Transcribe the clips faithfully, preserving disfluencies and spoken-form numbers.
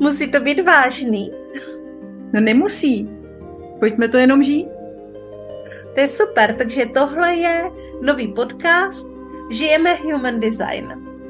Musí to být vážný. No nemusí. Pojďme to jenom žít. To je super, takže tohle je nový podcast Žijeme Human Design.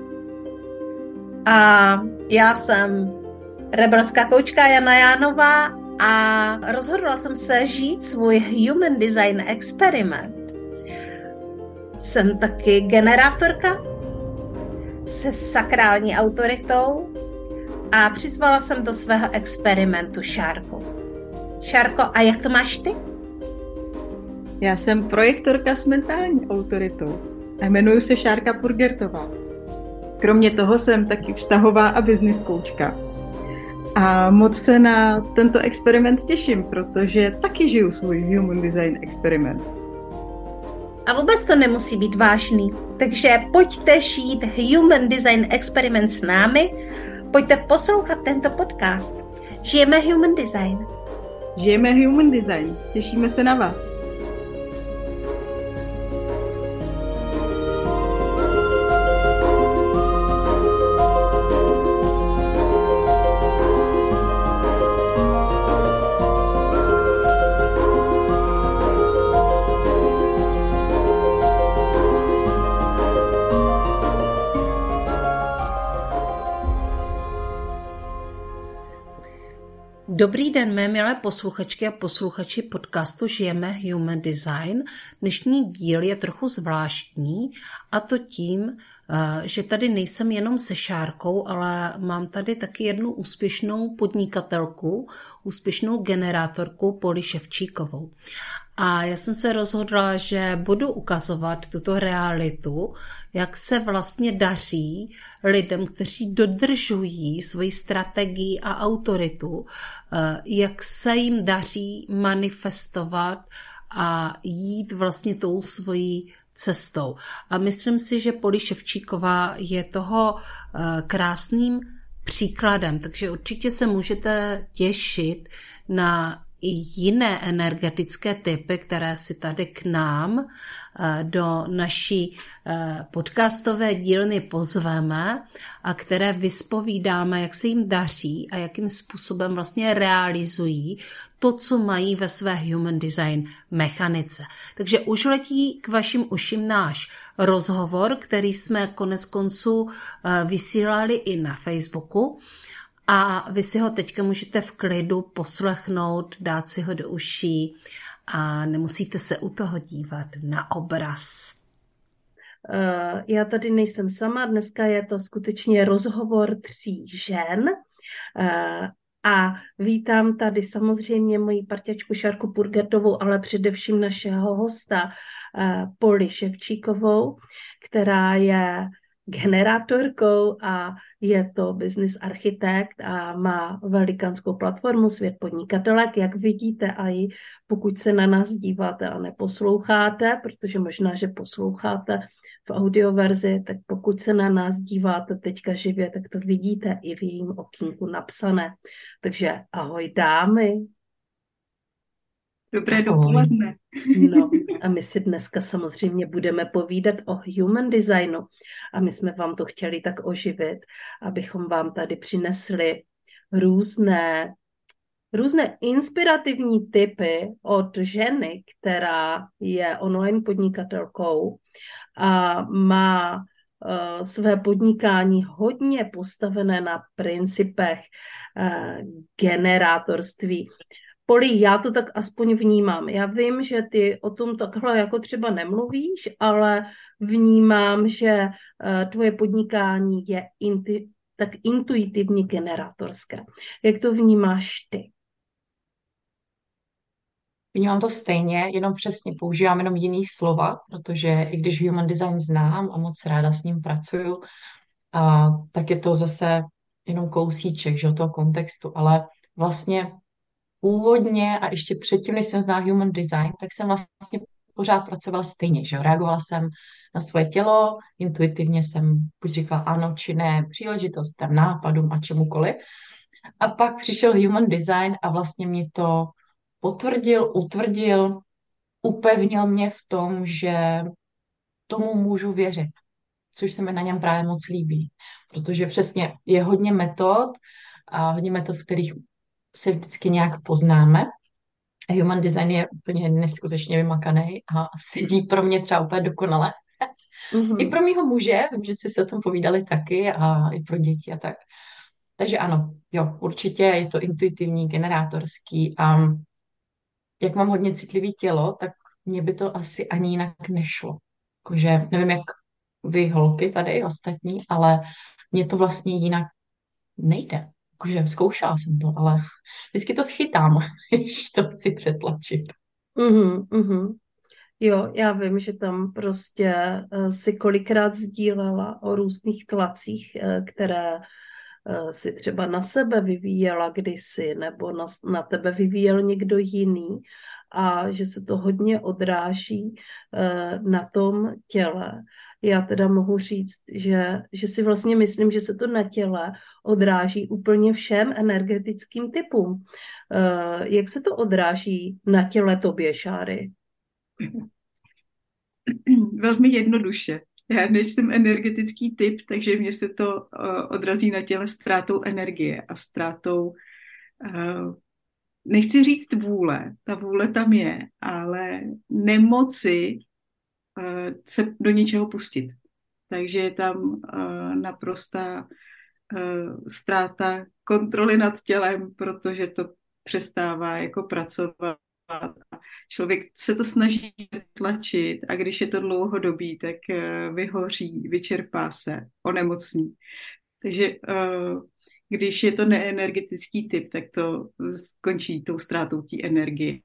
A já jsem rebelská koučka Jana Jánová a rozhodla jsem se žít svůj Human Design experiment. Jsem taky generátorka se sakrální autoritou a přizvala jsem do svého experimentu Šárku. Šárko, a jak to máš ty? Já jsem projektorka s mentální autoritou a jmenuji se Šárka Purgertová. Kromě toho jsem taky vztahová a business koučka. A moc se na tento experiment těším, protože taky žiju svůj Human Design experiment. A vůbec to nemusí být vážný. Takže pojďte žít Human Design experiment s námi, pojďte poslouchat tento podcast. Žijeme Human Design. Žijeme Human Design. Těšíme se na vás. Dobrý den, mé milé posluchačky a posluchači podcastu Žijeme Human Design. Dnešní díl je trochu zvláštní, a to tím, že tady nejsem jenom se Šárkou, ale mám tady taky jednu úspěšnou podnikatelku, úspěšnou generátorku Poli Ševčíkovou. A já jsem se rozhodla, že budu ukazovat tuto realitu, jak se vlastně daří lidem, kteří dodržují svoji strategii a autoritu, jak se jim daří manifestovat a jít vlastně tou svojí cestou. A myslím si, že Poli Ševčíková je toho krásným příkladem, takže určitě se můžete těšit na i jiné energetické typy, které si tady k nám do naší podcastové dílny pozveme a které vyspovídáme, jak se jim daří a jakým způsobem vlastně realizují to, co mají ve své Human Design mechanice. Takže už letí k vašim uším náš rozhovor, který jsme konec konců vysílali i na Facebooku. A vy si ho teďka můžete v klidu poslechnout, dát si ho do uší a nemusíte se u toho dívat na obraz. Uh, já tady nejsem sama, dneska je to skutečně rozhovor tří žen uh, a vítám tady samozřejmě moji parťačku Šárku Purgertovou, ale především našeho hosta uh, Poli Ševčíkovou, která je generátorkou a je to business architekt a má velikánskou platformu Svět podnikatelek. Jak vidíte, a i pokud se na nás díváte a neposloucháte, protože možná, že posloucháte v audioverzi, tak pokud se na nás díváte teďka živě, tak to vidíte i v jejím okýnku napsané. Takže ahoj dámy. Dobré dopoledne. No a my si dneska samozřejmě budeme povídat o Human Designu a my jsme vám to chtěli tak oživit, abychom vám tady přinesli různé, různé inspirativní tipy od ženy, která je online podnikatelkou a má uh, své podnikání hodně postavené na principech uh, generátorství. Poli, já to tak aspoň vnímám. Já vím, že ty o tom takhle jako třeba nemluvíš, ale vnímám, že uh, tvoje podnikání je inti- tak intuitivně generátorské. Jak to vnímáš ty? Vnímám to stejně, jenom přesně používám jenom jiný slova, protože i když Human Design znám a moc ráda s ním pracuju, a, tak je to zase jenom kousíček, že, toho kontextu, ale vlastně původně a ještě předtím, než jsem znala Human Design, tak jsem vlastně pořád pracovala stejně, že jo? Reagovala jsem na svoje tělo, intuitivně jsem buď říkala ano či ne příležitostem, nápadům a čemukoliv. A pak přišel Human Design a vlastně mě to potvrdil, utvrdil, upevnil mě v tom, že tomu můžu věřit, což se mi na něm právě moc líbí, protože přesně je hodně metod, a hodně metod, v kterých se vždycky nějak poznáme. Human design je úplně neskutečně vymakaný a sedí pro mě třeba úplně dokonale. I Mhm. pro mýho muže, vím, že jsi se o tom povídali taky a i pro děti a tak. Takže ano, jo, určitě je to intuitivní, generátorský a jak mám hodně citlivý tělo, tak mně by to asi ani jinak nešlo. Jakože nevím, jak vy holky tady ostatní, ale mně to vlastně jinak nejde. Jakože zkoušela jsem to, ale vždycky to schytám, když to chci přetlačit. Mhm. Mhm. Jo, já vím, že tam prostě eh, si kolikrát sdílela o různých tlacích, eh, které eh, si třeba na sebe vyvíjela kdysi, nebo na, na tebe vyvíjel někdo jiný a že se to hodně odráží eh, na tom těle. Já teda mohu říct, že, že si vlastně myslím, že se to na těle odráží úplně všem energetickým typům. Eh, Jak se to odráží na těle tobě, Šáry? Velmi jednoduše. Já nejsem energetický typ, takže mě se to uh, odrazí na těle ztrátou energie a ztrátou, uh, nechci říct vůle, ta vůle tam je, ale nemoci uh, se do něčeho pustit. Takže je tam uh, naprostá uh, ztráta kontroly nad tělem, protože to přestává jako pracovat. Člověk se to snaží tlačit a když je to dlouhodobý, tak uh, vyhoří, vyčerpá se, onemocní. Takže uh, když je to neenergetický typ, tak to skončí tou ztrátou té energie.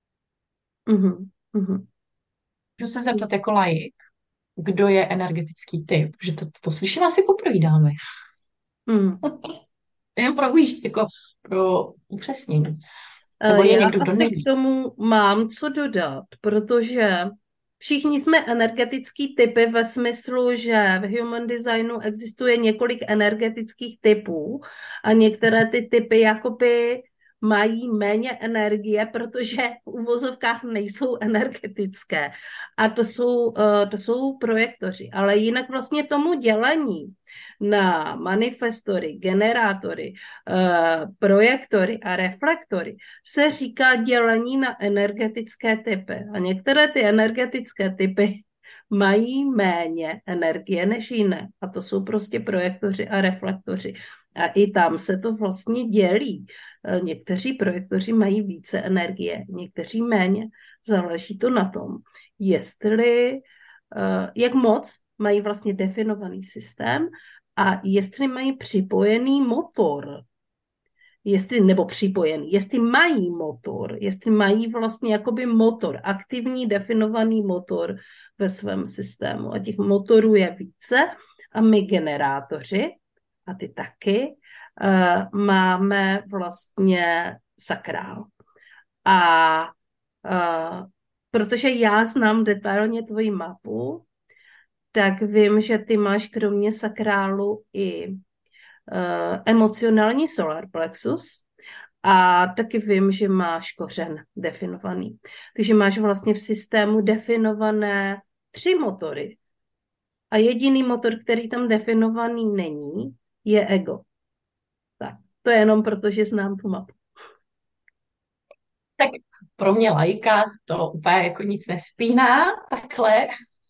Mhm. Mhm. Můžu se zeptat jako laik, kdo je energetický typ? Že to, to slyším asi poprvé, dáme. Mhm. Jen pro ujišť, jako pro upřesnění. Nebo Eh, je Já někdo, kdo asi neví. k tomu mám co dodat, protože všichni jsme energetický typy ve smyslu, že v human designu existuje několik energetických typů a některé ty typy jakoby mají méně energie, protože v uvozovkách nejsou energetické. A to jsou, eh, to jsou projektoři. Ale jinak vlastně tomu dělení na manifestory, generátory, eh, projektory a reflektory se říká dělení na energetické typy. A některé ty energetické typy mají méně energie než jiné. A to jsou prostě projektoři a reflektoři. A i tam se to vlastně dělí. Někteří projektoři mají více energie, někteří méně. Záleží to na tom, jestli, jak moc mají vlastně definovaný systém a jestli mají připojený motor, jestli, nebo připojený, jestli mají motor, jestli mají vlastně jakoby motor, aktivní definovaný motor ve svém systému. A těch motorů je více a my generátoři, a ty taky, uh, máme vlastně sakrál. A uh, protože já znám detailně tvoji mapu, tak vím, že ty máš kromě sakrálu i uh, emocionální solar plexus a taky vím, že máš kořen definovaný. Takže máš vlastně v systému definované tři motory. A jediný motor, který tam definovaný není, je ego. Tak, to je jenom proto, že znám tu mapu. Tak pro mě laika to úplně jako nic nespíná, takhle.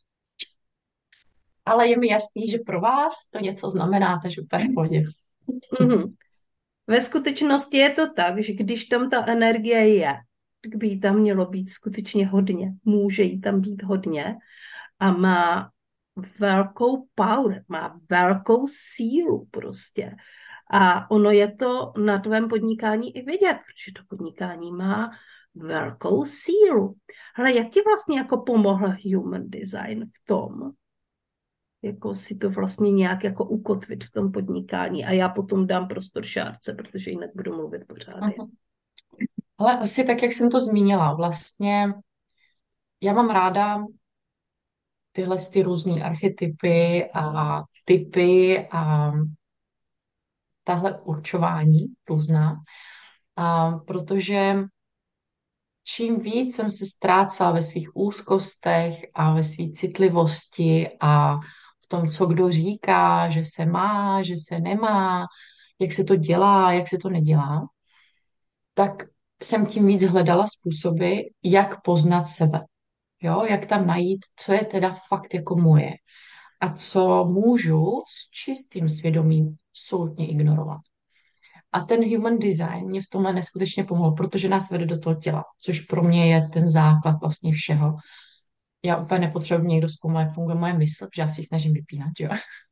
Ale je mi jasný, že pro vás to něco znamená, takže úplně v pohodě. Mm-hmm. Ve skutečnosti je to tak, že když tam ta energie je, tak by jí tam mělo být skutečně hodně. Může jí tam být hodně a má velkou power, má velkou sílu prostě. A ono je to na tvém podnikání i vidět, protože to podnikání má velkou sílu. Ale jak ti vlastně jako pomohl human design v tom, jako si to vlastně nějak jako ukotvit v tom podnikání a já potom dám prostor Šárce, protože jinak budu mluvit pořád. Uh-huh. Ale asi tak, jak jsem to zmínila, vlastně já mám ráda tyhle ty různé archetypy a typy a tahle určování různá, a protože čím víc jsem se ztrácela ve svých úzkostech a ve své citlivosti a v tom, co kdo říká, že se má, že se nemá, jak se to dělá, jak se to nedělá, tak jsem tím víc hledala způsoby, jak poznat sebe. Jo, jak tam najít, co je teda fakt jako moje a co můžu s čistým svědomím absolutně ignorovat. A ten human design mě v tomhle neskutečně pomohl, protože nás vede do toho těla, což pro mě je ten základ vlastně všeho. Já úplně nepotřebuji někdo zkoumat, jak funguje moje mysl, protože já si ji snažím vypínat, jo.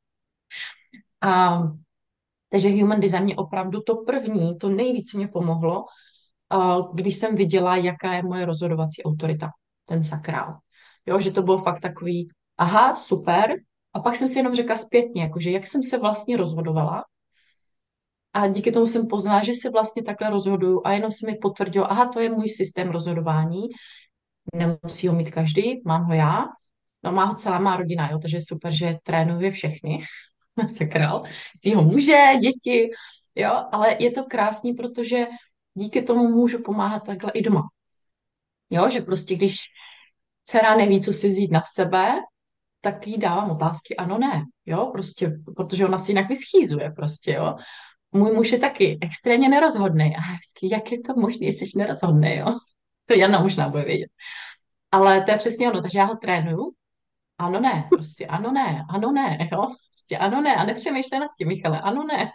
A takže human design mě opravdu to první, to nejvíc mě pomohlo, a když jsem viděla, jaká je moje rozhodovací autorita, ten sakrál. Jo, že to bylo fakt takový, aha, super. A pak jsem si jenom řekla zpětně, jakože jak jsem se vlastně rozhodovala. A díky tomu jsem poznala, že se vlastně takhle rozhoduju a jenom se mi potvrdilo, aha, to je můj systém rozhodování, nemusí ho mít každý, mám ho já, no má ho celá má rodina, jo, takže je super, že trénuje všechny, sakrál, z ho muže, děti, jo, ale je to krásný, protože díky tomu můžu pomáhat takhle i doma. Jo, že prostě když dcera neví, co si vzít na sebe, tak jí dávám otázky ano, ne, jo, prostě, protože ona si jinak vyschýzuje prostě, jo. Můj muž je taky extrémně nerozhodný. A hezky, jak je to možné, jsi nerozhodný, jo? To Jana možná bude vědět. Ale to je přesně ono, takže já ho trénuju. Ano, ne, prostě ano, ne, ano, ne, jo? Prostě ano, ne, a nepřemýšlej nad tím, Michale, ano, ne.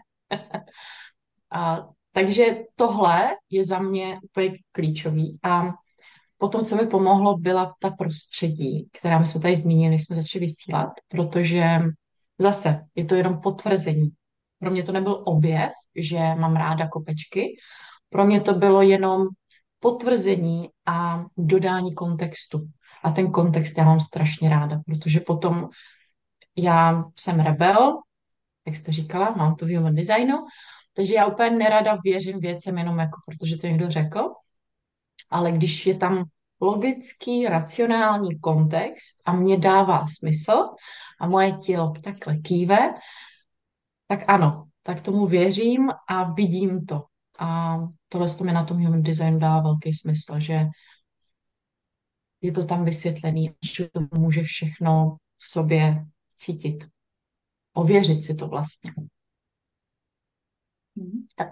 A, takže tohle je za mě úplně klíčový. A potom, co mi pomohlo, byla ta prostředí, která my jsme tady zmínili, než jsme začali vysílat, protože zase je to jenom potvrzení. Pro mě to nebyl objev, že mám ráda kopečky. Pro mě to bylo jenom potvrzení a dodání kontextu. A ten kontext já mám strašně ráda, protože potom já jsem rebel, jak jste říkala, mám to v human designu, takže já úplně nerada věřím věcem jenom jako protože to někdo řekl, ale když je tam logický, racionální kontext a mě dává smysl a moje tělo takhle kýve, tak ano, tak tomu věřím a vidím to. A tohle to mi na tom human designu dá velký smysl, že je to tam vysvětlený, že to může všechno v sobě cítit. Ověřit si to vlastně. Tak.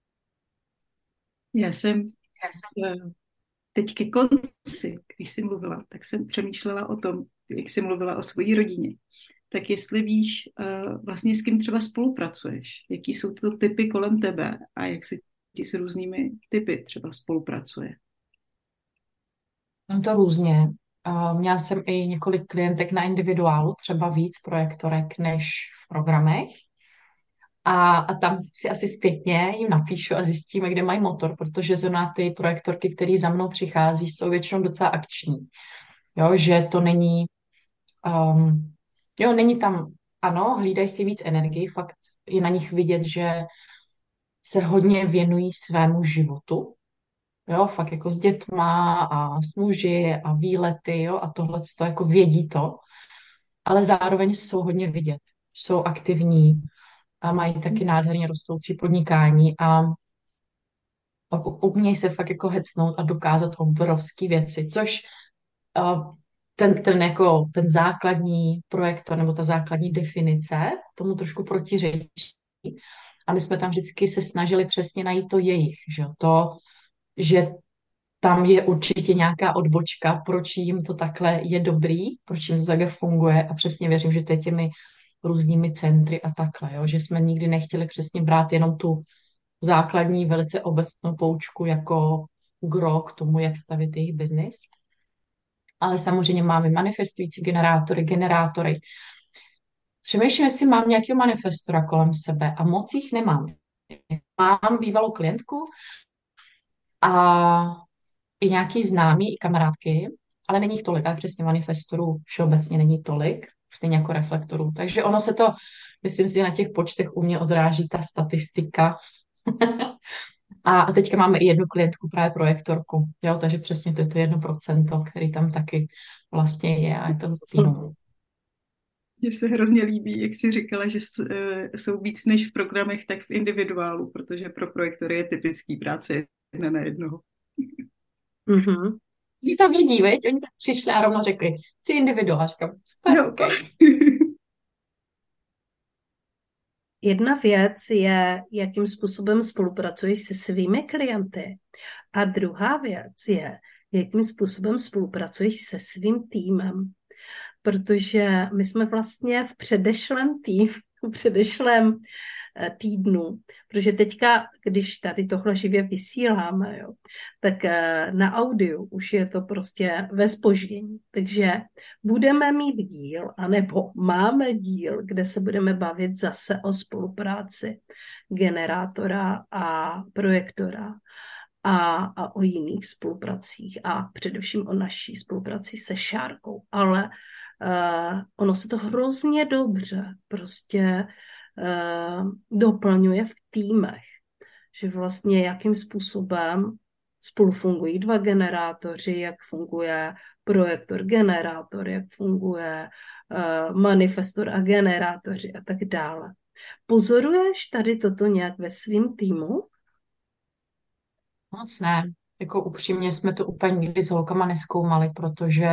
Já jsem eh, teď ke konci, když jsi mluvila, tak jsem přemýšlela o tom, jak jsi mluvila o své rodině. Tak jestli víš uh, vlastně s kým třeba spolupracuješ, jaký jsou to typy kolem tebe a jak se ti s různými typy třeba spolupracuje. Mám to různě. Uh, měla jsem i několik klientek na individuálu, třeba víc projektorek než v programech. A, a tam si asi zpětně jim napíšu a zjistíme, kde mají motor, protože zrovna ty projektorky, které za mnou přichází, jsou většinou docela akční. Jo, že to není, um, jo, není tam, ano, hlídají si víc energii, fakt je na nich vidět, že se hodně věnují svému životu, jo, fakt jako s dětma a s muži a výlety, jo, a tohle to jako vědí to, ale zároveň jsou hodně vidět, jsou aktivní a mají taky nádherně rostoucí podnikání a pak umějí se fakt jako hecnout a dokázat obrovské věci, což uh, ten, ten, jako, ten základní projektor nebo ta základní definice tomu trošku protiřečí. A my jsme tam vždycky se snažili přesně najít to jejich, že to, že tam je určitě nějaká odbočka, proč jim to takhle je dobrý, proč jim to takhle funguje a přesně věřím, že to je těmi různými centry a takhle, jo? Že jsme nikdy nechtěli přesně brát jenom tu základní, velice obecnou poučku jako gro k tomu, jak stavit jejich biznis. Ale samozřejmě máme manifestující generátory, generátory. Přemýšlím, jestli mám nějakého manifestora kolem sebe a moc jich nemám. Mám bývalou klientku a i nějaký známý, i kamarádky, ale není jich tolik, ale přesně manifestorů všeobecně není tolik, stejně jako reflektorů. Takže ono se to, myslím si, na těch počtech u mě odráží ta statistika. A teďka máme i jednu klientku, právě projektorku, jo, takže přesně to je to jedno procento, který tam taky vlastně je a je to hustý. Mně se hrozně líbí, jak jsi říkala, že jsou víc než v programech, tak v individuálu, protože pro projektory je typický práce jedna na jednoho. Mm-hmm. Oni to vědí, veď? Oni tak přišli a rovno řekli, jsi individuál, říkám, super, jo. Okay. jedna věc je, jakým způsobem spolupracuješ se svými klienty. A druhá věc je, jakým způsobem spolupracuješ se svým týmem. Protože my jsme vlastně v předešlém tým, v předešlém týdnu, protože teďka, když tady tohle živě vysíláme, jo, tak na audiu už je to prostě ve zpoždění. Takže budeme mít díl, anebo máme díl, kde se budeme bavit zase o spolupráci generátora a projektora a, a o jiných spolupracích a především o naší spolupráci se Šárkou. Ale uh, ono se to hrozně dobře prostě uh, doplňuje v týmech, že vlastně jakým způsobem spolu fungují dva generátoři, jak funguje projektor, generátor, jak funguje uh, manifestor a generátoři a tak dále. Pozoruješ tady toto nějak ve svém týmu? Moc ne. Jako upřímně jsme to úplně nikdy s holkama nezkoumali, protože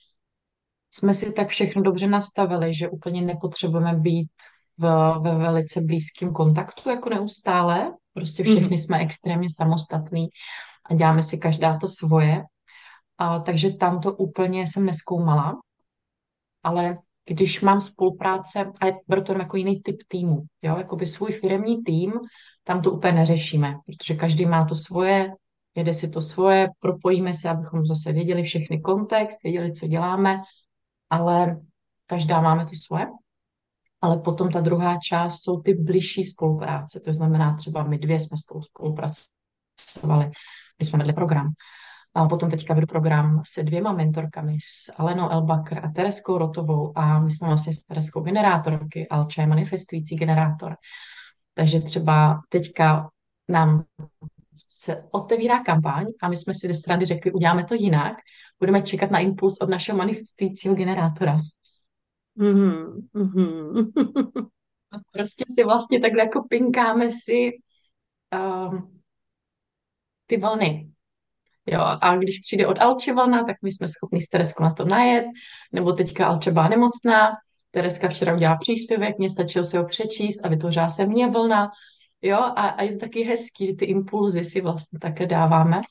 jsme si tak všechno dobře nastavili, že úplně nepotřebujeme být v, ve velice blízkém kontaktu jako neustále. Prostě všichni Mhm. jsme extrémně samostatní a děláme si každá to svoje. A, takže tam to úplně jsem nezkoumala. Ale když mám spolupráce, a beru to jako jiný typ týmu, jo, jako by svůj firemní tým, tam to úplně neřešíme, protože každý má to svoje, jede si to svoje, propojíme se, abychom zase věděli všechny kontext, věděli, co děláme, ale každá máme to svoje. Ale potom ta druhá část jsou ty bližší spolupráce, to znamená třeba my dvě jsme spolu spolupracovali, když jsme vedli program. A potom teďka vedu program se dvěma mentorkami, s Alenou Elbakr a Tereskou Rotovou a my jsme vlastně s Tereskou generátorky, Alča je manifestující generátor. Takže třeba teďka nám se otevírá kampaň a my jsme si ze strany řekli, uděláme to jinak, budeme čekat na impuls od našeho manifestujícího generátora. Mhm. Mhm. A prostě si vlastně takhle jako pinkáme si um, ty vlny. Jo, a když přijde od Alče vlna, tak my jsme schopni s Tereskou na to najet, nebo teďka Alče byla nemocná, Tereska včera udělala příspěvek, mně stačilo se ho přečíst a vytvořila se mě vlna, jo, a, a je to taky hezký, že ty impulzy si vlastně také dáváme.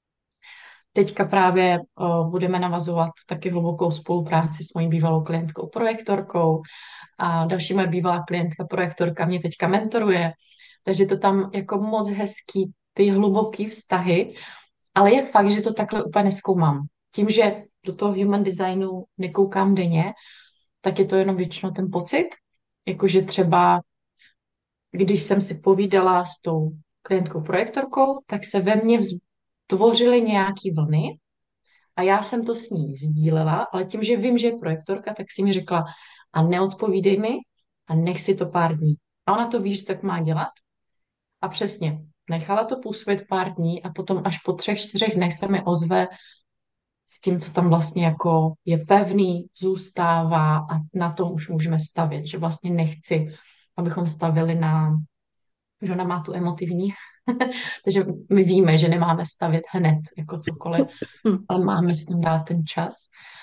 Teďka právě o, budeme navazovat taky hlubokou spolupráci s mojí bývalou klientkou projektorkou a další moje bývalá klientka projektorka mě teďka mentoruje, takže to tam jako moc hezký, ty hluboký vztahy. Ale je fakt, že to takhle úplně nezkoumám. Tím, že do toho human designu nekoukám denně, tak je to jenom většinou ten pocit, jakože třeba, když jsem si povídala s tou klientkou projektorkou, tak se ve mně tvořily nějaký vlny a já jsem to s ní sdílela, ale tím, že vím, že je projektorka, tak si mi řekla a neodpovídej mi a nech si to pár dní. A ona to ví, že tak má dělat. A přesně, nechala to působit pár dní a potom až po třech, čtyřech dnech se mi ozve s tím, co tam vlastně jako je pevný, zůstává a na tom už můžeme stavět, že vlastně nechci, abychom stavili na, že ona má tu emotivní, takže my víme, že nemáme stavět hned, jako cokoliv, ale máme si tam dát ten čas.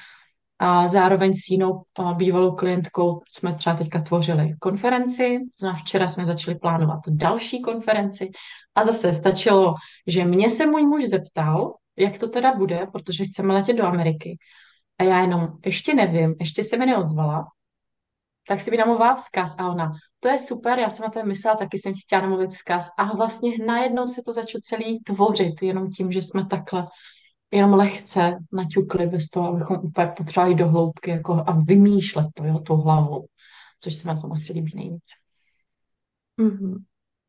A zároveň s jinou bývalou klientkou jsme třeba teďka tvořili konferenci, znamená včera jsme začali plánovat další konferenci a zase stačilo, že mě se můj muž zeptal, jak to teda bude, protože chceme letět do Ameriky. A já jenom, ještě nevím, ještě se mi neozvala, tak si mi namluvila vzkaz a ona, to je super, já jsem na to myslela, taky jsem chtěla namluvit vzkaz a vlastně najednou se to začalo celý tvořit, jenom tím, že jsme takhle jenom lehce naťukli bez toho, abychom úplně potřebovali do hloubky jako a vymýšlet to, jo, tou hlavou, což se na tom asi líbí nejvíc. Mhm.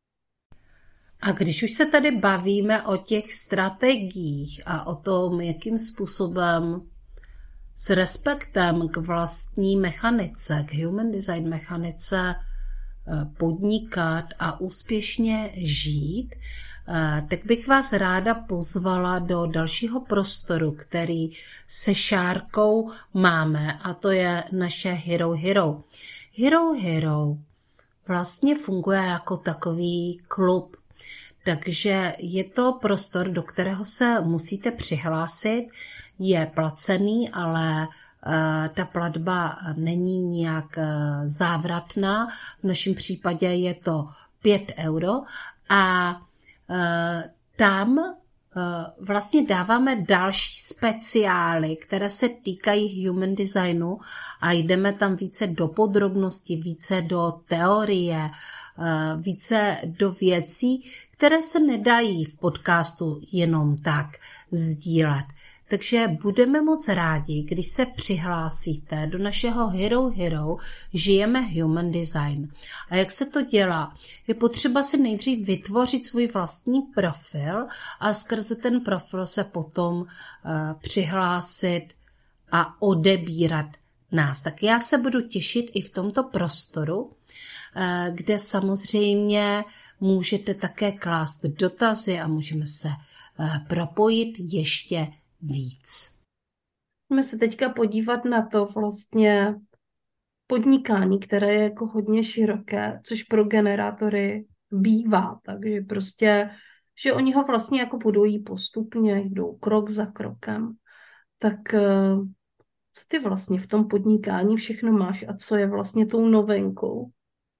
A když už se tady bavíme o těch strategiích a o tom, jakým způsobem s respektem k vlastní mechanice, k human design mechanice podnikat a úspěšně žít, tak bych vás ráda pozvala do dalšího prostoru, který se Šárkou máme, a to je naše Hero Hero. Hero Hero vlastně funguje jako takový klub, takže je to prostor, do kterého se musíte přihlásit, je placený, ale ta platba není nějak závratná. V našem případě je to pět euro a tam vlastně dáváme další speciály, které se týkají human designu a jdeme tam více do podrobností, více do teorie, více do věcí, které se nedají v podcastu jenom tak sdílet. Takže budeme moc rádi, když se přihlásíte do našeho Hero Hero Žijeme Human Design. A jak se to dělá? Je potřeba si nejdřív vytvořit svůj vlastní profil a skrze ten profil se potom uh, přihlásit a odebírat nás. Tak já se budu těšit i v tomto prostoru, uh, kde samozřejmě můžete také klást dotazy a můžeme se uh, propojit ještě víc. Můžeme se teďka podívat na to vlastně podnikání, které je jako hodně široké, což pro generátory bývá, takže prostě, že oni ho vlastně jako budují postupně, jdou krok za krokem. Tak co ty vlastně v tom podnikání všechno máš a co je vlastně tou novinkou?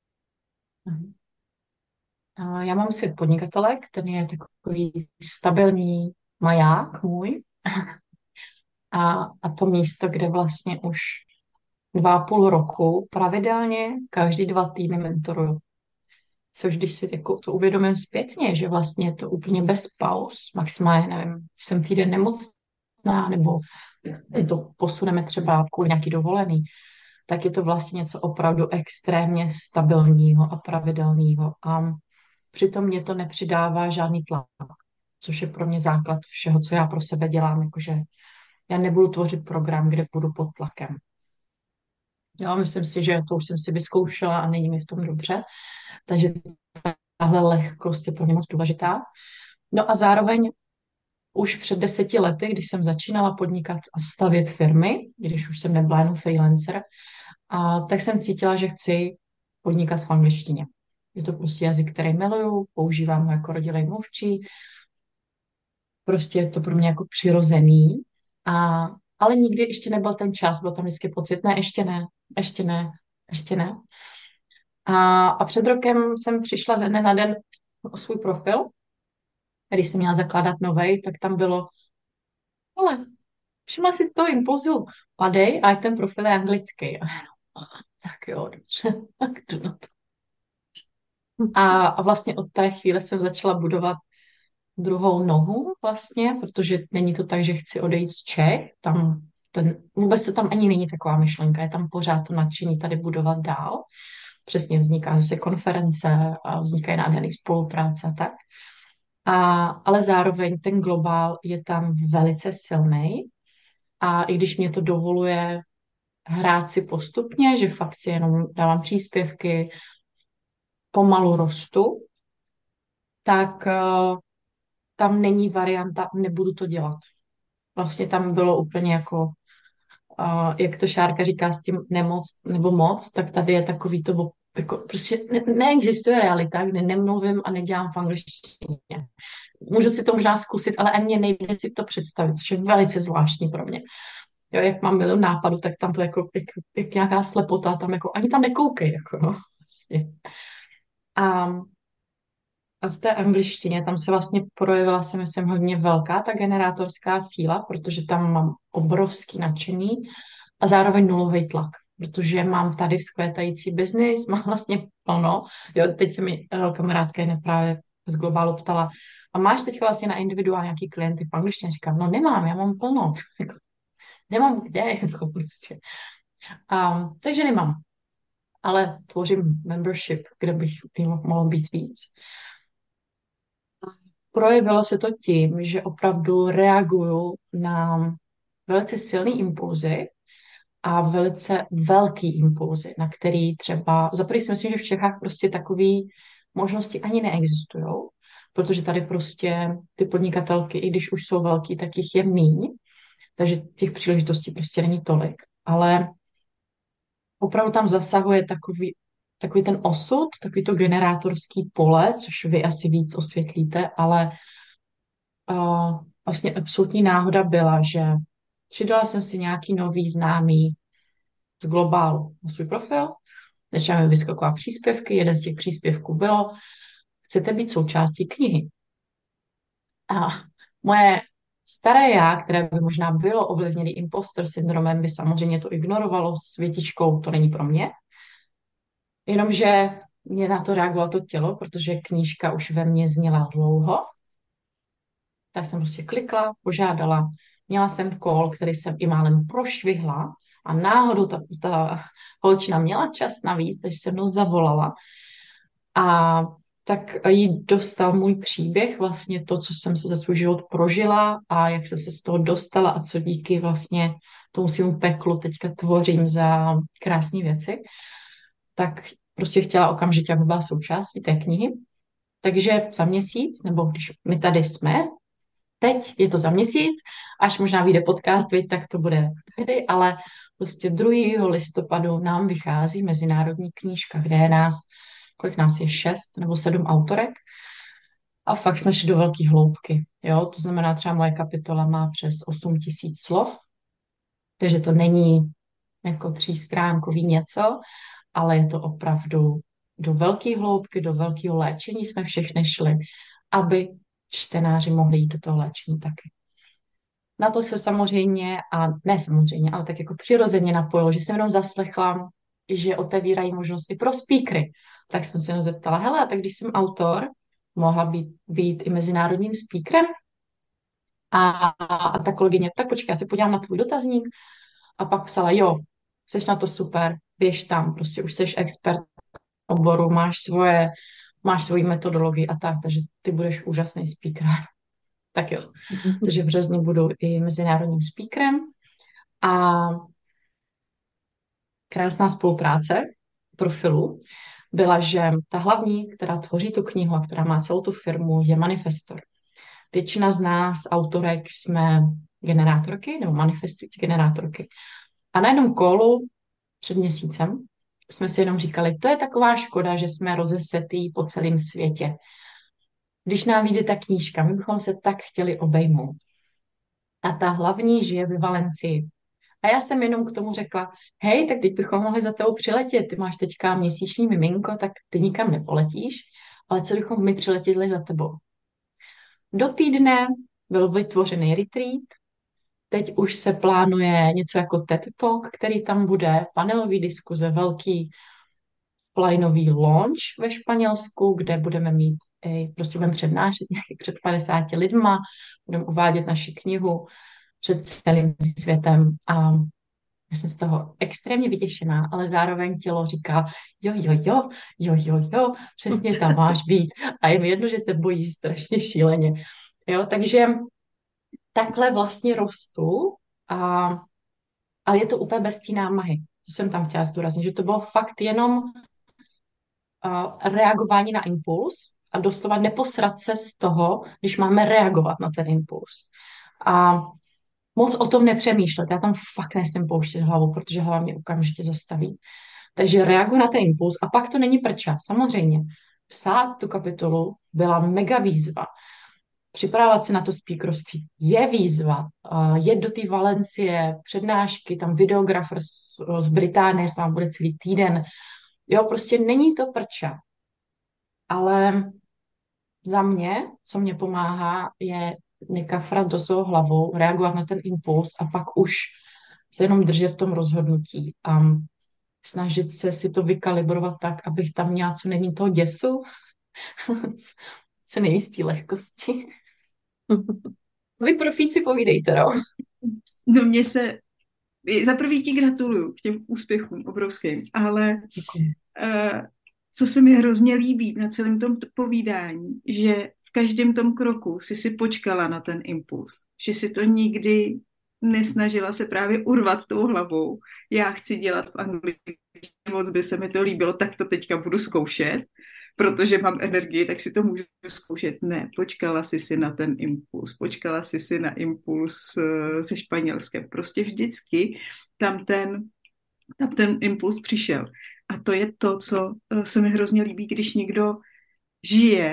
Já mám svět podnikatelek, ten je takový stabilní maják můj. A, a to místo, kde vlastně už dva a půl roku pravidelně každý dva týdny mentoruju. Což když si jako to uvědomím zpětně, že vlastně je to úplně bez pauz, maximálně, nevím, jsem týden nemocná, nebo to posuneme třeba kvůli nějaký dovolený, tak je to vlastně něco opravdu extrémně stabilního a pravidelného. A přitom mě to nepřidává žádný tlak, což je pro mě základ všeho, co já pro sebe dělám, jakože já nebudu tvořit program, kde budu pod tlakem. Jo, myslím si, že to už jsem si vyzkoušela a není mi v tom dobře, takže tahle lehkost je pro mě moc důležitá. No a zároveň už před deseti lety, když jsem začínala podnikat a stavět firmy, když už jsem nebyla jenom freelancer, a tak jsem cítila, že chci podnikat v angličtině. Je to prostě jazyk, který miluju, používám ho jako rodilej mluvčí. Prostě je to pro mě jako přirozený. A, ale nikdy ještě nebyl ten čas, byl tam vždycky pocit, ne, ještě ne, ještě ne, ještě ne. A, a před rokem jsem přišla ze dne na den o svůj profil. Když jsem měla zakládat novej, tak tam bylo, ale všimla si z toho impulzu, padej, a ten profil je anglický. A no, tak jo, dobře, tak jdu na to. A, a vlastně od té chvíle jsem začala budovat druhou nohu vlastně, protože není to tak, že chci odejít z Čech, tam ten, vůbec to tam ani není taková myšlenka, je tam pořád to nadšení tady budovat dál. Přesně vzniká zase konference a vznikají nádherné spolupráce a tak. A, ale zároveň ten globál je tam velice silný a i když mě to dovoluje hrát si postupně, že fakt si jenom dávám příspěvky, pomalu rostu, tak uh, tam není varianta, nebudu to dělat. Vlastně tam bylo úplně jako, uh, jak to Šárka říká s tím nemoc nebo moc, tak tady je takový to, jako prostě ne, neexistuje realita, kde nemluvím a nedělám v angličtině. Můžu si to možná zkusit, ale ani mě nejde si to představit, což je velice zvláštní pro mě. Jo, jak mám milion nápadů, tak tam to jako, jak, jak nějaká slepota, tam jako, ani tam nekoukej, jako no, vlastně. A, a v té angličtině tam se vlastně projevila, si myslím, hodně velká ta generátorská síla, protože tam mám obrovský nadšení a zároveň nulový tlak, protože mám tady vzkvétající biznis, mám vlastně plno. Jo, teď se mi uh, kamarádka jen právě z globálu ptala, a máš teď vlastně na individuál nějaký klienty v angličtině? Říkám, no nemám, já mám plno. Nemám kde, jako prostě. Um, takže nemám. Ale tvořím membership, kde bych mohlo být víc. Projevilo se to tím, že opravdu reaguju na velice silný impulzy a velice velký impulzy, na který třeba, za první si myslím, že v Čechách prostě takové možnosti ani neexistují, protože tady prostě ty podnikatelky, i když už jsou velký, tak jich je míň, takže těch příležitostí prostě není tolik. Ale opravdu tam zasahuje takový, takový ten osud, takový to generátorský pole, což vy asi víc osvětlíte, ale uh, vlastně absolutní náhoda byla, že přidala jsem si nějaký nový známý z globálu na svůj profil, začala mi vyskakovat příspěvky, jeden z těch příspěvků bylo, chcete být součástí knihy. A moje staré já, které by možná bylo ovlivněné impostor syndromem, by samozřejmě to ignorovalo s větičkou, to není pro mě. Jenomže mě na to reagovalo to tělo, protože knížka už ve mně zněla dlouho. Tak jsem prostě klikla, požádala. Měla jsem call, který jsem i málem prošvihla a náhodou ta, ta holčina měla čas navíc, takže se mnou zavolala. A tak jí dostal můj příběh, vlastně to, co jsem se za svůj život prožila a jak jsem se z toho dostala a co díky vlastně tomu svým peklu teďka tvořím za krásné věci, tak prostě chtěla okamžitě, aby byla součástí té knihy. Takže za měsíc, nebo když my tady jsme, teď je to za měsíc, až možná vyjde podcast, viď, tak to bude tehdy, ale prostě druhého listopadu nám vychází mezinárodní knížka, kde je nás, kolik nás je, šest nebo sedm autorek a fakt jsme šli do velké hloubky, jo, to znamená třeba moje kapitola má přes osm tisíc slov, takže to není jako třístránkový něco, ale je to opravdu do velké hloubky, do velkého léčení jsme všechny šli, aby čtenáři mohli jít do toho léčení taky. Na to se samozřejmě, a ne samozřejmě, ale tak jako přirozeně napojilo, že jsem jenom zaslechla, že otevírají možnosti pro speakery. Tak jsem se jenom zeptala, hele, tak když jsem autor, mohla být, být i mezinárodním speakerem? A, a ta kolegyně, tak počkej, já se podívám na tvůj dotazník. A pak psala, jo, jsi na to super, běž tam, prostě už jsi expert oboru, máš svoje, máš svoji metodologii a tak, takže ty budeš úžasný speaker. Tak jo. Takže v březnu budu i mezinárodním speakerem a krásná spolupráce profilu byla, že ta hlavní, která tvoří tu knihu a která má celou tu firmu, je manifestor. Většina z nás, autorek, jsme generátorky nebo manifestující generátorky. A na jednom kolu před měsícem jsme si jenom říkali, to je taková škoda, že jsme rozesetý po celém světě. Když nám vyjde ta knížka, my bychom se tak chtěli obejmout. A ta hlavní žije ve Valencii. A já jsem jenom k tomu řekla, hej, tak teď bychom mohli za tebou přiletět, ty máš teďka měsíční miminko, tak ty nikam nepoletíš, ale co bychom my přiletěli za tebou. Do týdne byl vytvořený retreat, teď už se plánuje něco jako TED Talk, který tam bude, panelový diskuze, velký offlineový launch ve Španělsku, kde budeme mít, prostě budeme přednášet nějaký před padesáti lidma, budeme uvádět naši knihu před celým světem a já jsem z toho extrémně vytěšená, ale zároveň tělo říká, jo, jo, jo, jo, jo, jo, přesně tam máš být. A je mi jedno, že se bojíš strašně šíleně. Jo, takže takhle vlastně rostu a, a je to úplně bez té námahy. To jsem tam chtěla zdůraznit, že to bylo fakt jenom uh, reagování na impuls a doslova neposrat se z toho, když máme reagovat na ten impuls. A moc o tom nepřemýšlet, já tam fakt nesmím pouštět hlavu, protože hlava mě okamžitě zastaví. Takže reaguji na ten impuls a pak to není prča. Samozřejmě, psát tu kapitolu byla mega výzva. Připravovat se na to speakerovství je výzva. Jet do té Valencie, přednášky, tam videografr z, z Británie, tam bude celý týden. Jo, prostě není to prča. Ale za mě, co mě pomáhá, je nekafrat do svého hlavou, reagovat na ten impuls a pak už se jenom držet v tom rozhodnutí a snažit se si to vykalibrovat tak, abych tam měla co nejméně toho děsu, co nejvíc té lehkosti. Vy profíci povídejte, no. No mně se, za prvý ti gratuluju k těm úspěchům obrovským, ale uh, co se mi hrozně líbí na celém tom povídání, že v každém tom kroku si si počkala na ten impuls, že si to nikdy nesnažila se právě urvat tou hlavou. Já chci dělat v angličtině, moc by se mi to líbilo, tak to teďka budu zkoušet, protože mám energii, tak si to můžu zkoušet. Ne, počkala si si na ten impuls, počkala si si na impuls se Španělskem. Prostě vždycky tam ten, tam ten impuls přišel. A to je to, co se mi hrozně líbí, když někdo žije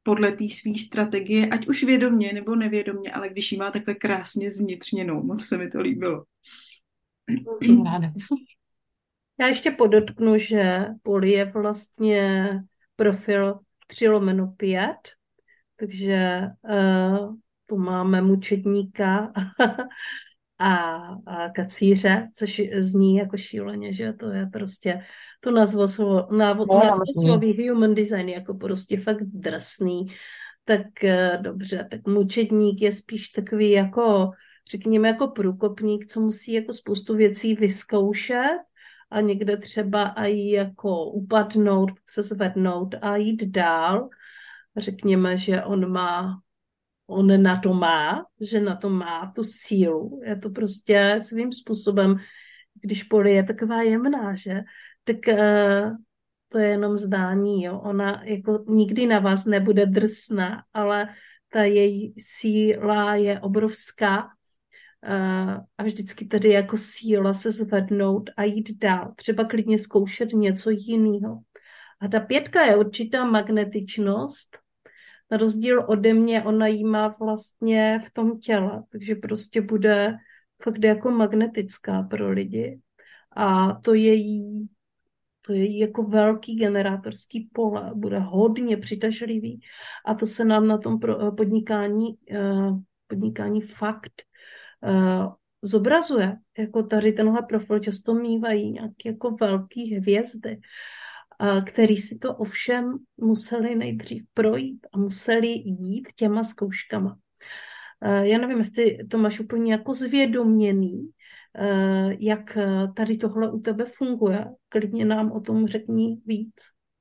podle té své strategie, ať už vědomně nebo nevědomně, ale když ji má takhle krásně zvnitřněnou. Moc se mi to líbilo. Jsem ráda. Já ještě podotknu, že Poli je vlastně profil tři lomeno pět, takže uh, tu máme mučedníka a, a kacíře, což zní jako šíleně, že to je prostě to názvosloví No, human design je jako prostě fakt drsný. Tak uh, dobře, tak mučedník je spíš takový jako, řekněme, jako průkopník, co musí jako spoustu věcí vyzkoušet a někde třeba i jako upadnout, pak se zvednout a jít dál. Řekněme, že on má, on na to má, že na to má tu sílu. Je to prostě svým způsobem, když Poli je taková jemná, že, tak uh, to je jenom zdání, jo. Ona jako nikdy na vás nebude drsná, ale ta její síla je obrovská uh, a vždycky tady jako síla se zvednout a jít dál. Třeba klidně zkoušet něco jiného. A ta pětka je určitá magnetičnost. Na rozdíl ode mě, ona jí má vlastně v tom těle, takže prostě bude fakt jako magnetická pro lidi. A to je jí, to je jí jako velký generátorský pole, bude hodně přitažlivý. A to se nám na tom podnikání, podnikání fakt zobrazuje. Jako tady tenhle profil často mývají nějaké jako velké hvězdy, který si to ovšem museli nejdřív projít a museli jít těma zkouškama. Já nevím, jestli to máš úplně jako zvědoměný, jak tady tohle u tebe funguje. Klidně nám o tom řekni víc.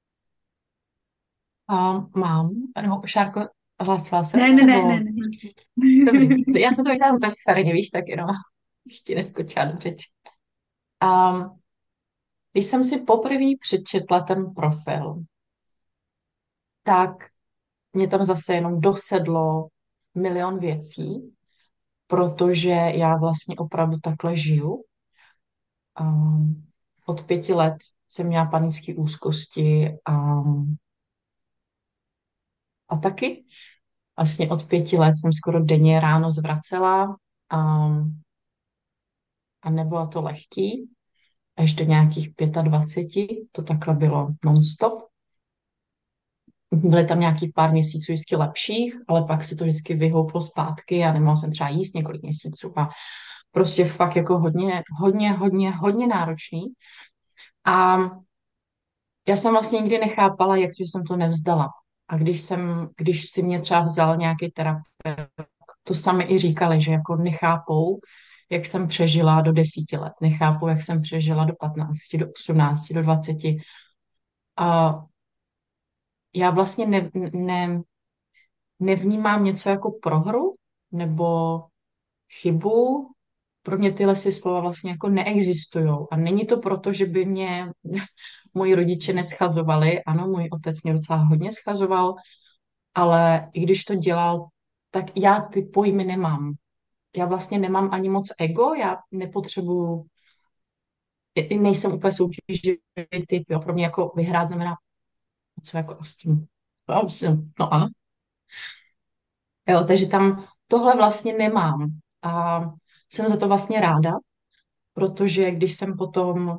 A mám, nebo Šárko, hlásila se? Ne, ne, nebo... ne, ne, ne. Dobrý. Já jsem to viděla úplně fairně, víš, tak jenom ještě neskočila do řeči. Um, Když jsem si poprvé přečetla ten profil, tak mě tam zase jenom dosedlo milion věcí, protože já vlastně opravdu takhle žiju. Um, od pěti let jsem měla panické úzkosti a, a taky vlastně od pěti let jsem skoro denně ráno zvracela a, a nebylo to lehký. Až do nějakých dvaceti pěti to takhle bylo non-stop. Byly tam nějaký pár měsíců vždycky lepších, ale pak se to vždycky vyhouplo zpátky a nemohla jsem třeba jíst několik měsíců a prostě fakt jako hodně, hodně, hodně, hodně náročný. A já jsem vlastně nikdy nechápala, jak to, že jsem to nevzdala. A když jsem, když si mě třeba vzal nějaký terapeut, to sami i říkali, že jako nechápou, jak jsem přežila do desíti let. Nechápou, jak jsem přežila do patnácti, do osmnácti, do dvaceti. A já vlastně ne, ne, nevnímám něco jako prohru nebo chybu. Pro mě tyhle si slova vlastně jako neexistují. A není to proto, že by mě moji rodiče neschazovali. Ano, můj otec mě docela hodně schazoval, ale i když to dělal, tak já ty pojmy nemám. Já vlastně nemám ani moc ego, já nepotřebuju, nejsem úplně soutěživý typ, jo. Pro mě jako vyhrát znamená, co jako s tím, no, no ano. Jo, takže tam tohle vlastně nemám a jsem za to vlastně ráda, protože když jsem potom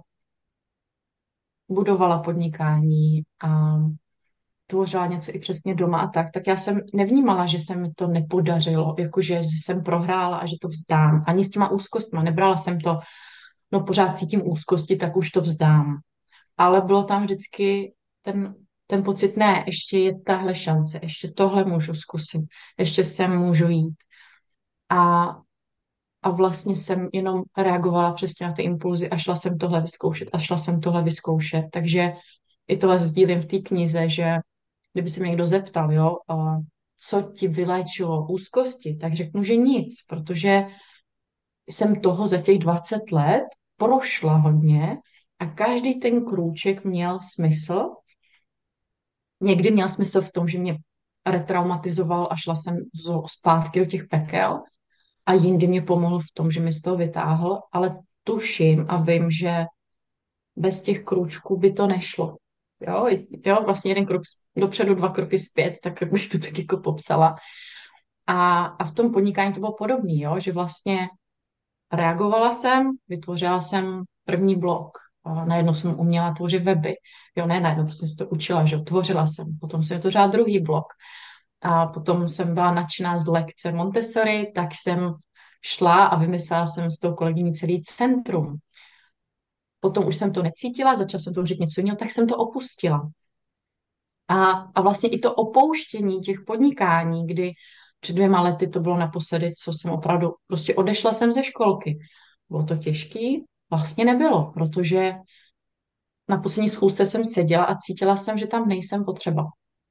budovala podnikání a tvořila něco i přesně doma a tak, tak já jsem nevnímala, že se mi to nepodařilo, jakože že jsem prohrála a že to vzdám. Ani s těma úzkostma. Nebrala jsem to, no pořád cítím úzkosti, tak už to vzdám. Ale bylo tam vždycky ten, ten pocit, ne, ještě je tahle šance, ještě tohle můžu zkusit, ještě sem můžu jít. A, a vlastně jsem jenom reagovala přesně na ty impulzy a šla jsem tohle vyzkoušet a šla jsem tohle vyzkoušet. Takže i tohle sdílím v té knize, že kdyby se mě někdo zeptal, jo, co ti vyléčilo úzkosti, tak řeknu, že nic, protože jsem toho za těch dvacet let prošla hodně a každý ten krůček měl smysl. Někdy měl smysl v tom, že mě retraumatizoval a šla jsem zpátky do těch pekel a jindy mě pomohl v tom, že mi z toho vytáhl, ale tuším a vím, že bez těch krůčků by to nešlo. Jo, jo, vlastně jeden krok dopředu, dva kroky zpět, tak bych to tak jako popsala. A, a v tom podnikání to bylo podobné, jo, že vlastně reagovala jsem, vytvořila jsem první blog, a najednou jsem uměla tvořit weby, jo, ne najednou, prostě jsem to učila, že jo, tvořila jsem, potom jsem vytvořila druhý blog a potom jsem byla nadšená z lekce Montessori, tak jsem šla a vymyslela jsem s tou kolegyní celý centrum. Potom už jsem to necítila, začala jsem tvořit něco jiného, tak jsem to opustila. A, a vlastně i to opouštění těch podnikání, kdy před dvěma lety to bylo naposledy, co jsem opravdu, prostě odešla jsem ze školky. Bylo to těžký? Vlastně nebylo, protože na poslední schůzce jsem seděla a cítila jsem, že tam nejsem potřeba.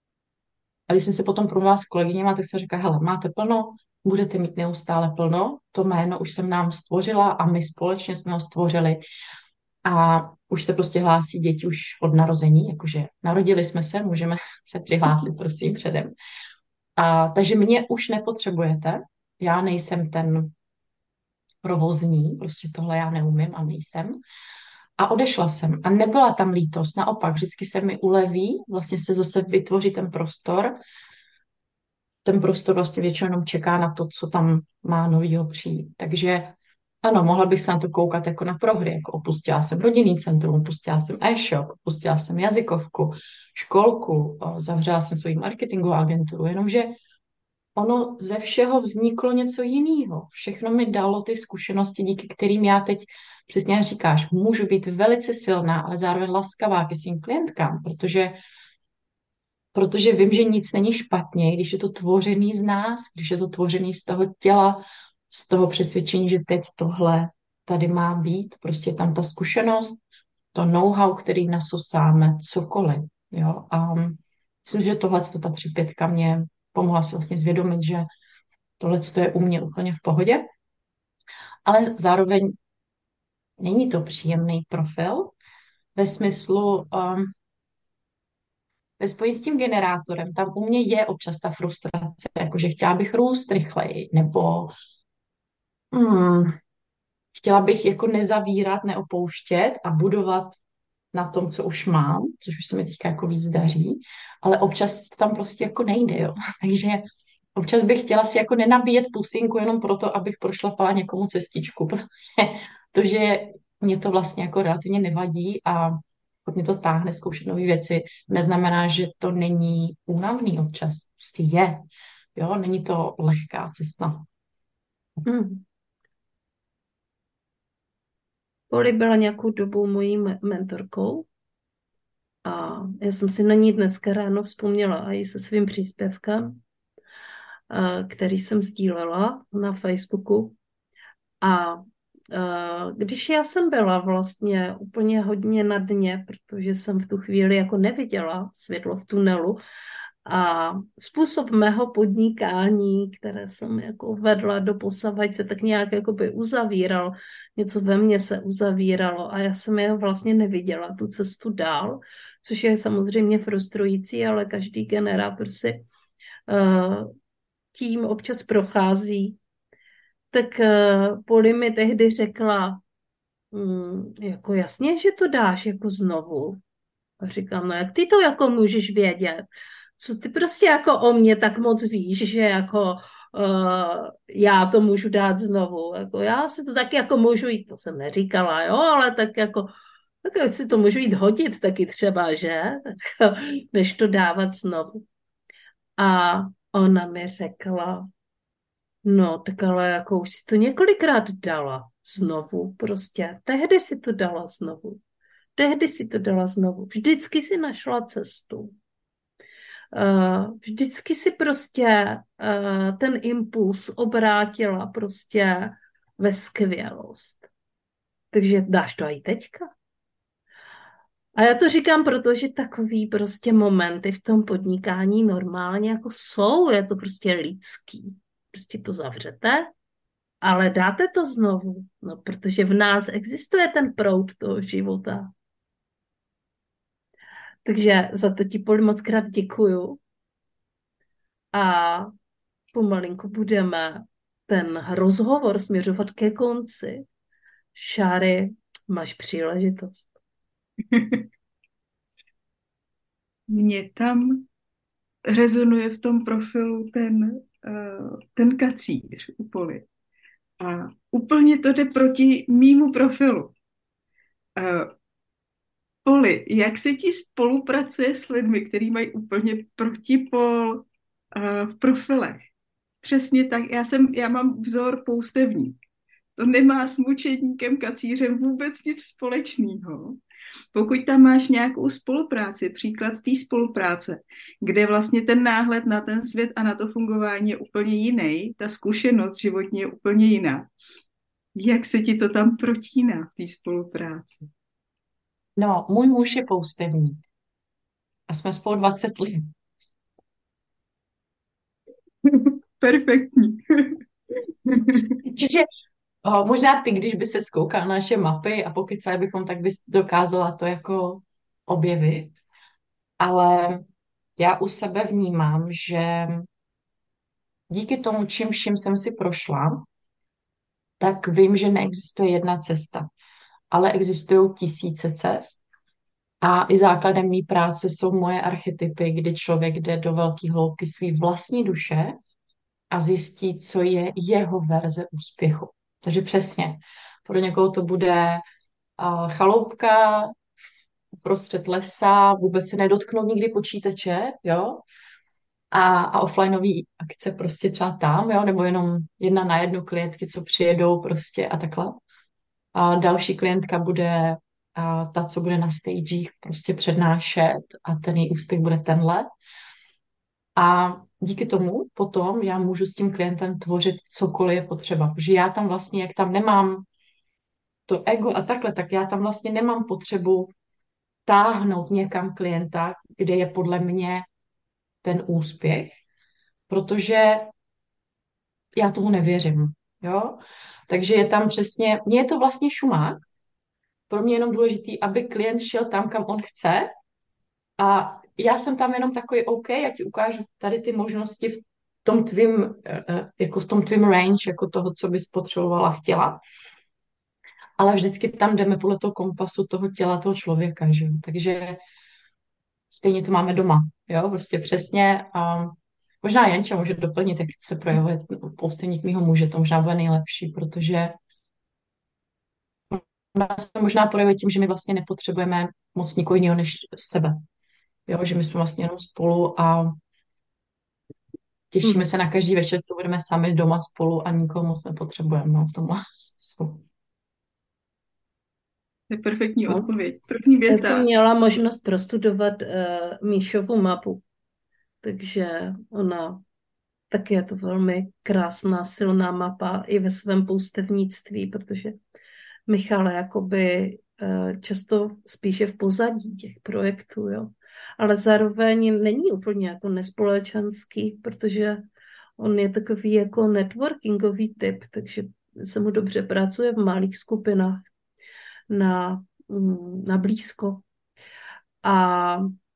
A když jsem se potom promluvila s kolegyněma, tak jsem říkala, hele, máte plno, budete mít neustále plno, to jméno už jsem nám stvořila a my společně jsme ho stvořili. A už se prostě hlásí děti už od narození, jakože narodili jsme se, můžeme se přihlásit, prosím, předem. A takže mě už nepotřebujete, já nejsem ten provozní, prostě tohle já neumím a nejsem. A odešla jsem a nebyla tam lítost, naopak, vždycky se mi uleví, vlastně se zase vytvoří ten prostor, ten prostor vlastně většinou jenom čeká na to, co tam má novýho přijít. Takže ano, mohla bych se na to koukat jako na prohry, jako opustila jsem rodinný centrum, opustila jsem e-shop, opustila jsem jazykovku, školku, zavřela jsem svoji marketingovou agenturu, jenomže ono ze všeho vzniklo něco jiného. Všechno mi dalo ty zkušenosti, díky kterým já teď, přesně jak říkáš, můžu být velice silná, ale zároveň laskavá ke svým klientkám, protože, protože vím, že nic není špatně, když je to tvořený z nás, když je to tvořený z toho těla, z toho přesvědčení, že teď tohle tady má být, prostě je tam ta zkušenost, to know-how, který nasosáme, cokoliv. Jo? A myslím, že tohle, ta připětka mě pomohla si vlastně zvědomit, že tohle je u mě úplně v pohodě, ale zároveň není to příjemný profil ve smyslu, um, ve spojení s tím generátorem, tam u mě je občas ta frustrace, jakože chtěla bych růst rychleji, nebo hmm, chtěla bych jako nezavírat, neopouštět a budovat na tom, co už mám, což už se mi teďka jako víc daří, ale občas to tam prostě jako nejde, jo. Takže občas bych chtěla si jako nenabíjet pusinku jenom proto, abych prošlapala někomu cestičku, protože to, že mě to vlastně jako relativně nevadí a pokud mě to táhne zkoušet nové věci, neznamená, že to není únavný občas. Prostě je. Jo, není to lehká cesta. Hmm. Poli byla nějakou dobu mojí mentorkou a já jsem si na ní dneska ráno vzpomněla a i se svým příspěvkem, který jsem sdílela na Facebooku. A když já jsem byla vlastně úplně hodně na dně, protože jsem v tu chvíli jako neviděla světlo v tunelu a způsob mého podnikání, které jsem jako vedla do posavaď, se tak nějak jako by uzavíral, něco ve mně se uzavíralo a já jsem je vlastně neviděla, tu cestu dál, což je samozřejmě frustrující, ale každý generátor si uh, tím občas prochází. Tak uh, Poli mi tehdy řekla, mm, jako jasně, že to dáš jako znovu. A říkám, no jak ty to jako můžeš vědět? Co ty prostě jako o mě tak moc víš, že jako uh, já to můžu dát znovu. Jako já si to taky jako můžu jít, to jsem neříkala, jo, ale tak jako tak si to můžu jít hodit taky třeba, že? Tak, než to dávat znovu. A ona mi řekla, no, tak ale jako už si to několikrát dala znovu prostě. Tehdy si to dala znovu. Tehdy si to dala znovu. Vždycky si našla cestu. Uh, vždycky si prostě uh, ten impuls obrátila prostě ve skvělost. Takže dáš to i teďka. A já to říkám, protože takový prostě momenty v tom podnikání normálně jako jsou. Je to prostě lidský. Prostě to zavřete, ale dáte to znovu, no, protože v nás existuje ten proud toho života. Takže za to ti Poli moc krát děkuju a pomalinku budeme ten rozhovor směřovat ke konci. Šáry, máš příležitost. mě tam rezonuje v tom profilu ten, uh, ten kacíř u Poli. A úplně to jde proti mýmu profilu. Uh, Poli, jak se ti spolupracuje s lidmi, kteří mají úplně protipol uh, v profilech? Přesně tak. Já, jsem, já mám vzor poustevník. To nemá s mučedníkem, kacířem vůbec nic společného. Pokud tam máš nějakou spolupráci, příklad té spolupráce, kde vlastně ten náhled na ten svět a na to fungování je úplně jiný, ta zkušenost životní je úplně jiná. Jak se ti to tam protíná v té spolupráci? No, můj muž je poustevník a jsme spolu dvacet let. Perfektní. Čiže o, možná ty, když by se zkoukal na naše mapy a pokecali bychom, tak bys dokázala to jako objevit. Ale já u sebe vnímám, že díky tomu, čím vším jsem si prošla, tak vím, že neexistuje jedna cesta, ale existují tisíce cest. A i základem mý práce jsou moje archetypy, kdy člověk jde do velké hloubky své vlastní duše a zjistí, co je jeho verze úspěchu. Takže přesně, pro někoho to bude uh, chaloupka uprostřed lesa, vůbec se nedotknout nikdy počítače, jo, a, a offlineové akce prostě třeba tam, jo, nebo jenom jedna na jednu klientky, co přijedou prostě a takhle. A další klientka bude a ta, co bude na stagech prostě přednášet a ten její úspěch bude tenhle. A díky tomu potom já můžu s tím klientem tvořit cokoliv je potřeba. Protože já tam vlastně, jak tam nemám to ego a takhle, tak já tam vlastně nemám potřebu táhnout někam klienta, kde je podle mě ten úspěch, protože já tomu nevěřím, jo. Takže je tam přesně, mně je to vlastně šumák, pro mě je jenom důležitý, aby klient šel tam, kam on chce a já jsem tam jenom takový OK, já ti ukážu tady ty možnosti v tom tvým, jako v tom tvým range, jako toho, co bys potřebovala, chtěla. Ale vždycky tam jdeme podle toho kompasu toho těla, toho člověka, že jo. Takže stejně to máme doma, jo, prostě přesně. A možná Janča může doplnit, jak se projevuje poustevník mýho muže, to možná bude nejlepší, protože se možná projevuje tím, že my vlastně nepotřebujeme moc nikoho jiného než sebe. Jo, že my jsme vlastně jenom spolu a těšíme se na každý večer, co budeme sami doma spolu a nikoho moc nepotřebujeme, no, v tomhle smyslu. To je perfektní No. odpověď. První Já věta. jsem měla možnost prostudovat uh, Míšovu mapu, takže ona taky je to velmi krásná, silná mapa i ve svém poustevnictví, protože Michal je jakoby uh, často spíše v pozadí těch projektů, jo. Ale zároveň není úplně jako nespolečenský, protože on je takový jako networkingový typ, takže se mu dobře pracuje v malých skupinách na, na blízko. A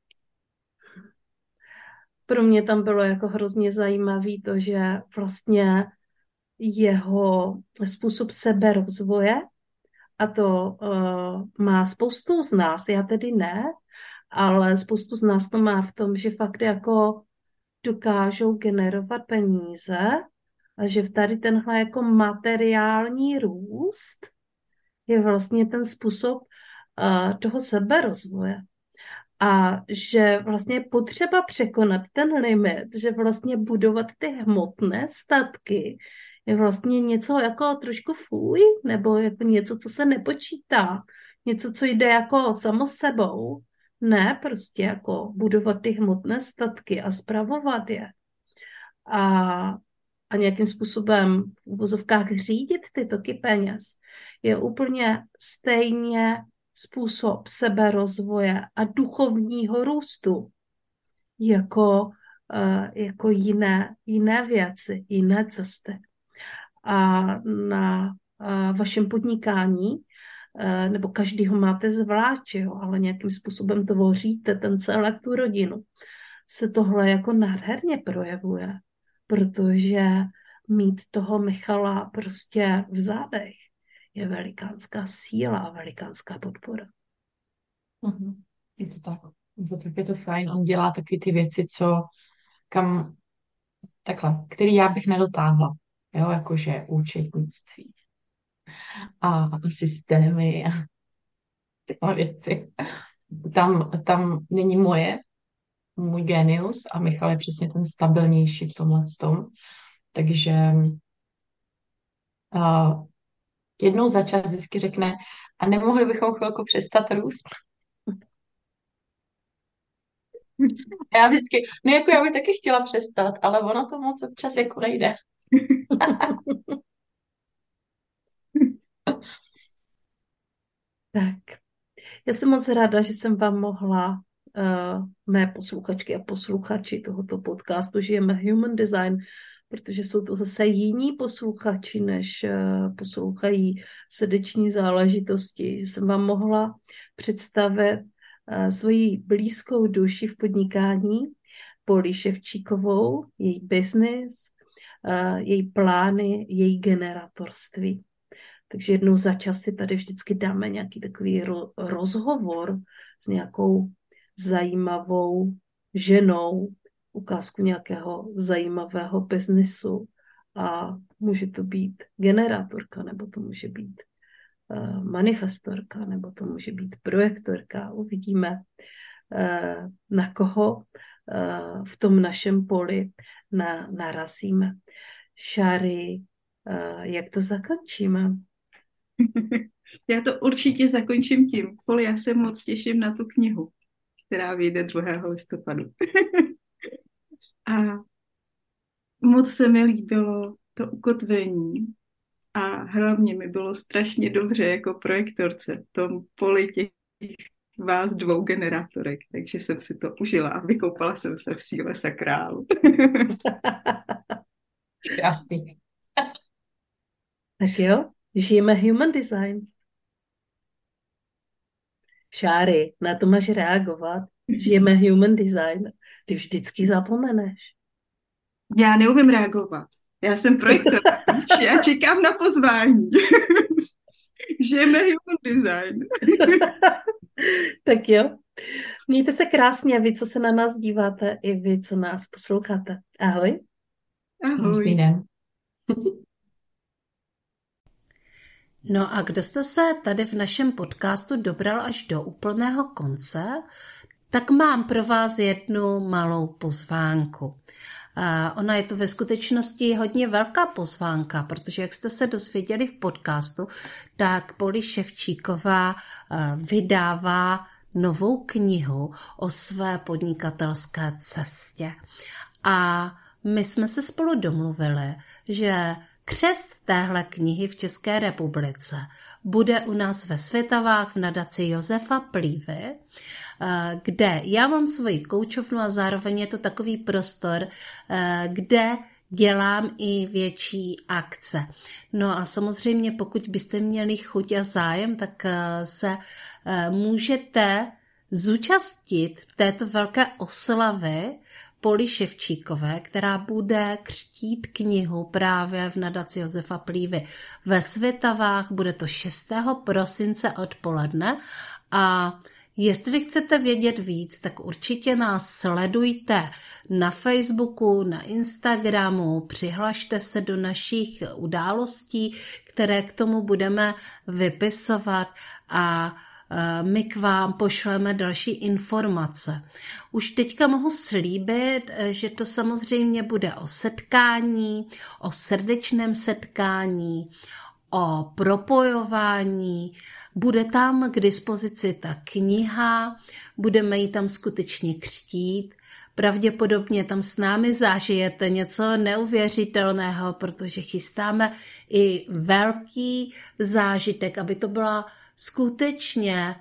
pro mě tam bylo jako hrozně zajímavý to, že vlastně jeho způsob seberozvoje, a to uh, má spoustu z nás, já tedy ne, ale spoustu z nás to má v tom, že fakt jako dokážou generovat peníze a že tady tenhle jako materiální růst je vlastně ten způsob uh, toho seberozvoje. A že vlastně je potřeba překonat ten limit, že vlastně budovat ty hmotné statky je vlastně něco jako trošku fuj, nebo jako něco, co se nepočítá, něco, co jde jako samo sebou, ne prostě jako budovat ty hmotné statky a spravovat je. A, a nějakým způsobem v uvozovkách řídit ty toky peněz je úplně stejně způsob seberozvoje a duchovního růstu jako, uh, jako jiné, jiné věci, jiné cesty. A na uh, vašem podnikání, uh, nebo každý ho máte zvlášť, jo, ale nějakým způsobem tvoříte ten celek, tu rodinu, se tohle jako nádherně projevuje, protože mít toho Michala prostě v zádech je velikánská síla a velikánská podpora. Mm-hmm. Je to tak. To tak je to fajn. On dělá taky ty věci, co kam takhle, který já bych nedotáhla. Jo, jakože účetnictví a, a systémy a tyhle věci. Tam, tam není moje, můj genius a Michal je přesně ten stabilnější v tomhle tom. Takže uh, jednou za čas vždycky řekne, a nemohli bychom chvilku přestat růst? A já vždycky, no jako já bych taky chtěla přestat, ale ono to moc občas jako nejde. Tak, já jsem moc ráda, že jsem vám mohla, uh, mé posluchačky a posluchači tohoto podcastu Žijeme Human Design, protože jsou to zase jiní posluchači, než uh, poslouchají srdeční záležitosti, že jsem vám mohla představit uh, svoji blízkou duši v podnikání, Poli Ševčíkovou, její biznis, uh, její plány, její generátorství. Takže jednou za čas si tady vždycky dáme nějaký takový ro- rozhovor s nějakou zajímavou ženou, ukázku nějakého zajímavého biznesu a může to být generátorka, nebo to může být uh, manifestorka, nebo to může být projektorka. Uvidíme, uh, na koho uh, v tom našem poli na, narazíme. Šáry, uh, jak to zakončíme? Já to určitě zakončím tím. Poli, já se moc těším na tu knihu, která vyjde druhého listopadu. A moc se mi líbilo to ukotvení a hlavně mi bylo strašně dobře jako projektorce v tom poli těch vás dvou generátorek, takže jsem si to užila a vykoupala jsem se v síle sakrálu. Krásný. Tak jo, žijeme Human Design. Šáry, na to máš reagovat. Žijeme Human Design. Ty vždycky zapomeneš. Já neumím reagovat. Já jsem projektor. Já čekám na pozvání. Žijeme Human Design. Tak jo. Mějte se krásně, vy, co se na nás díváte, i vy, co nás posloucháte. Ahoj. Ahoj. Den. No a kdo jste se tady v našem podcastu dobral až do úplného konce, tak mám pro vás jednu malou pozvánku. A ona je to ve skutečnosti hodně velká pozvánka, protože jak jste se dozvěděli v podcastu, tak Poli Ševčíková vydává novou knihu o své podnikatelské cestě. A my jsme se spolu domluvili, že křest téhle knihy v České republice bude u nás ve Svitavách v nadaci Josefa Plívy, kde já mám svoji koučovnu a zároveň je to takový prostor, kde dělám i větší akce. No a samozřejmě pokud byste měli chuť a zájem, tak se můžete zúčastnit této velké oslavy Poli Ševčíkové, která bude křtít knihu právě v nadaci Josefa Plívy ve Svitavách. Bude to šestého prosince odpoledne a jestli chcete vědět víc, tak určitě nás sledujte na Facebooku, na Instagramu, přihlašte se do našich událostí, které k tomu budeme vypisovat a my k vám pošleme další informace. Už teďka mohu slíbit, že to samozřejmě bude o setkání, o srdečném setkání, o propojování. Bude tam k dispozici ta kniha, budeme ji tam skutečně křtít. Pravděpodobně tam s námi zažijete něco neuvěřitelného, protože chystáme i velký zážitek, aby to byla skutečně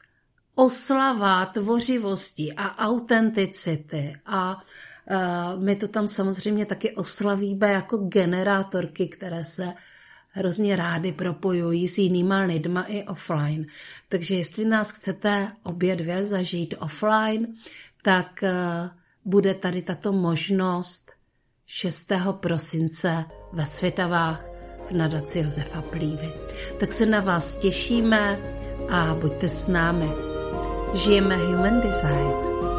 oslava tvořivosti a autenticity a uh, my to tam samozřejmě taky oslavíme jako generátorky, které se hrozně rády propojují s jinýma lidma i offline. Takže jestli nás chcete obě dvě zažít offline, tak uh, bude tady tato možnost šestého prosince ve Svitavách v nadaci Josefa Plívy. Tak se na vás těšíme a buďte s námi. Žijeme Human Design.